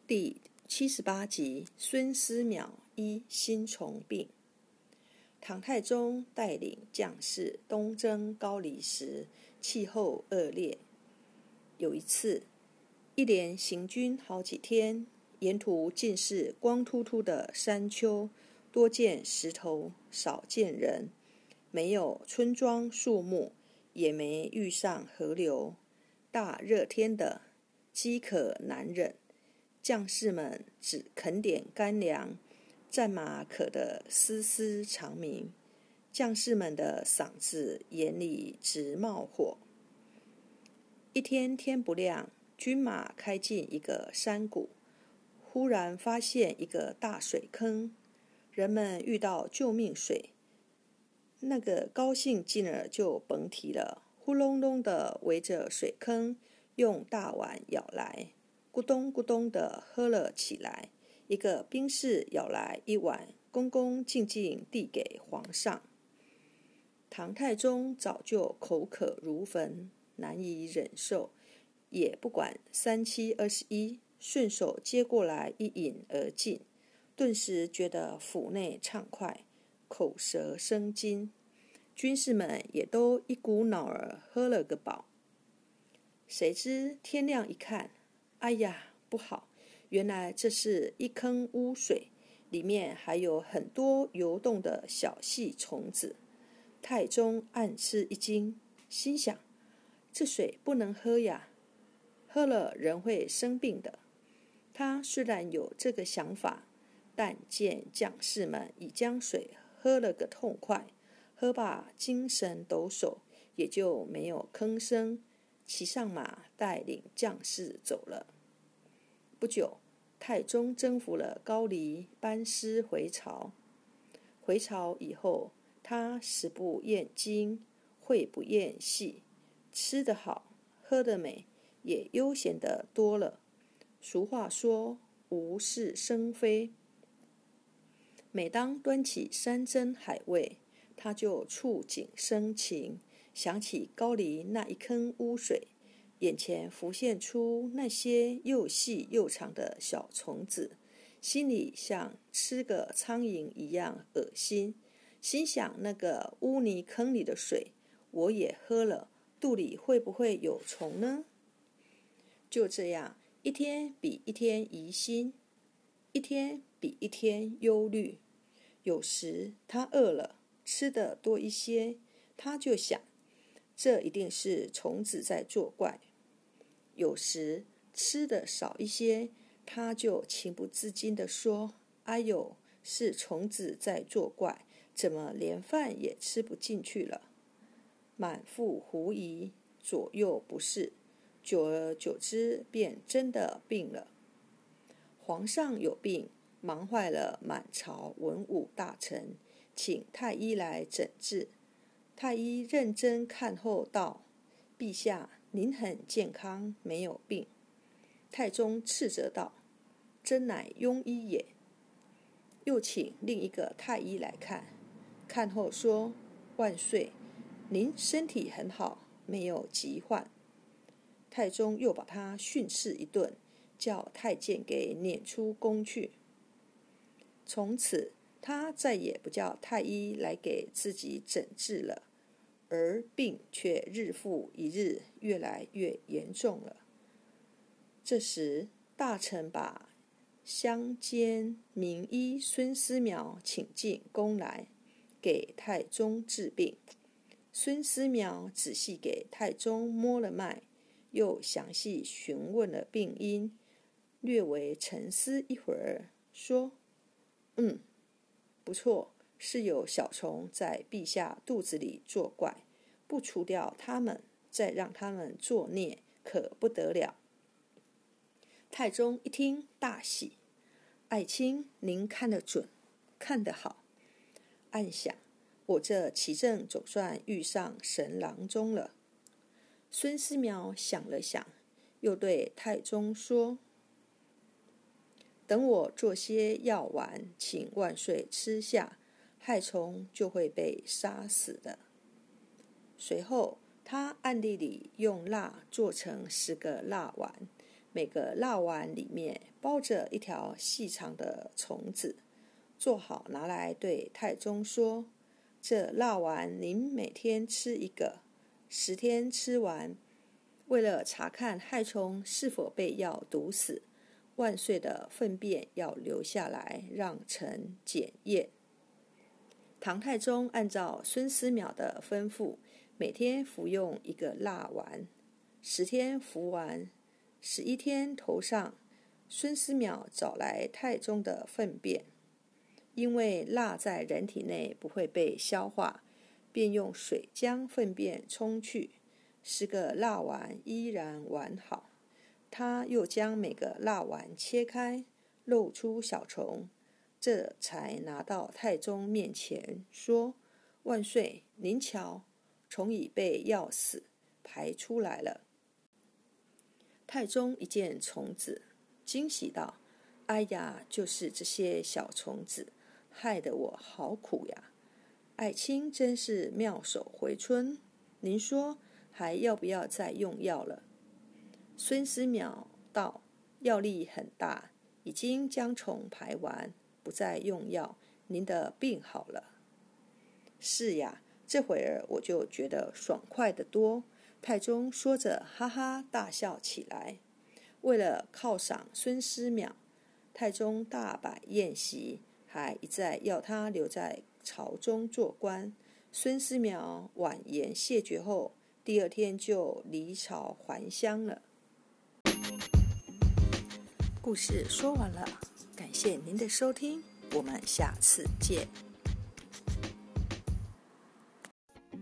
第78集孙思邈医心虫病。唐太宗带领将士东征高丽时，气候恶劣。有一次，一连行军好几天，沿途尽是光秃秃的山丘，多见石头，少见人，没有村庄树木，也没遇上河流。大热天的，饥渴难忍。将士们只啃点干粮，战马渴得嘶嘶长鸣，将士们的嗓子眼里直冒火。一天天不亮，军马开进一个山谷，忽然发现一个大水坑，人们遇到救命水，那个高兴劲儿就甭提了，呼隆隆地围着水坑，用大碗舀来，咕咚咕咚地喝了起来。一个兵士舀来一碗，恭恭敬敬递给皇上。唐太宗早就口渴如焚，难以忍受，也不管3721，顺手接过来一饮而尽，顿时觉得腹内畅快，口舌生津。军士们也都一股脑儿喝了个饱。谁知天亮一看，哎呀，不好！原来这是一坑污水，里面还有很多游动的小细虫子。太宗暗吃一惊，心想：这水不能喝呀，喝了人会生病的。他虽然有这个想法，但见将士们已将水喝了个痛快，喝罢精神抖擞，也就没有吭声，骑上马带领将士走了。不久，太宗征服了高丽，班师回朝。回朝以后，他食不厌精，会不厌细，吃得好，喝得美，也悠闲得多了。俗话说，无事生非。每当端起山珍海味，他就触景生情，想起高丽那一坑污水，眼前浮现出那些又细又长的小虫子，心里像吃个苍蝇一样恶心。心想那个污泥坑里的水，我也喝了，肚里会不会有虫呢？就这样，一天比一天疑心，一天比一天忧虑。有时他饿了，吃的多一些，他就想，这一定是虫子在作怪。有时吃的少一些，他就情不自禁地说，哎呦，是虫子在作怪，怎么连饭也吃不进去了？满腹狐疑，左右不是，久而久之便真的病了。皇上有病，忙坏了满朝文武大臣，请太医来诊治。太医认真看后道，陛下，您很健康，没有病。太宗斥责道，真乃庸医也。又请另一个太医来看，看后说，万岁，您身体很好，没有疾患。太宗又把他训斥一顿，叫太监给撵出宫去。从此他再也不叫太医来给自己诊治了，而病却日复一日，越来越严重了。这时大臣把乡间名医孙思邈请进宫来，给太宗治病。孙思邈仔细给太宗摸了脉，又详细询问了病因，略微沉思一会儿，说，不错，是有小虫在陛下肚子里作怪，不除掉它们，再让它们作孽，可不得了。太宗一听大喜，爱卿您看得准，看得好。暗想，我这奇症总算遇上神郎中了。孙思邈想了想，又对太宗说，等我做些药丸，请万岁吃下，害虫就会被杀死的。随后他暗地里用蜡做成10个蜡丸， 每个蜡丸里面包着一条细长的虫子，做好拿来对太宗说：这蜡丸您每天吃一个，10天吃完。为了查看害虫是否被药毒死，万岁的粪便要留下来让臣检验。唐太宗按照孙思邈的吩咐，每天服用一个蜡丸，10天服完，11天头上，孙思邈找来太宗的粪便，因为蜡在人体内不会被消化，便用水将粪便冲去，10个蜡丸依然完好。他又将每个蜡丸切开，露出小虫，这才拿到太宗面前说：万岁，您瞧，虫已被药死，排出来了。太宗一见虫子，惊喜道：哎呀，就是这些小虫子，害得我好苦呀！爱卿真是妙手回春，您说还要不要再用药了？孙思邈道：药力很大，已经将虫排完，不再用药，您的病好了。是呀，这会儿我就觉得爽快得多。太宗说着哈哈大笑起来。为了犒赏孙思邈，太宗大摆宴席，还一再要他留在朝中做官。孙思邈婉言谢绝后，第2天就离朝还乡了。故事说完了，感谢您的收听，我们下次见。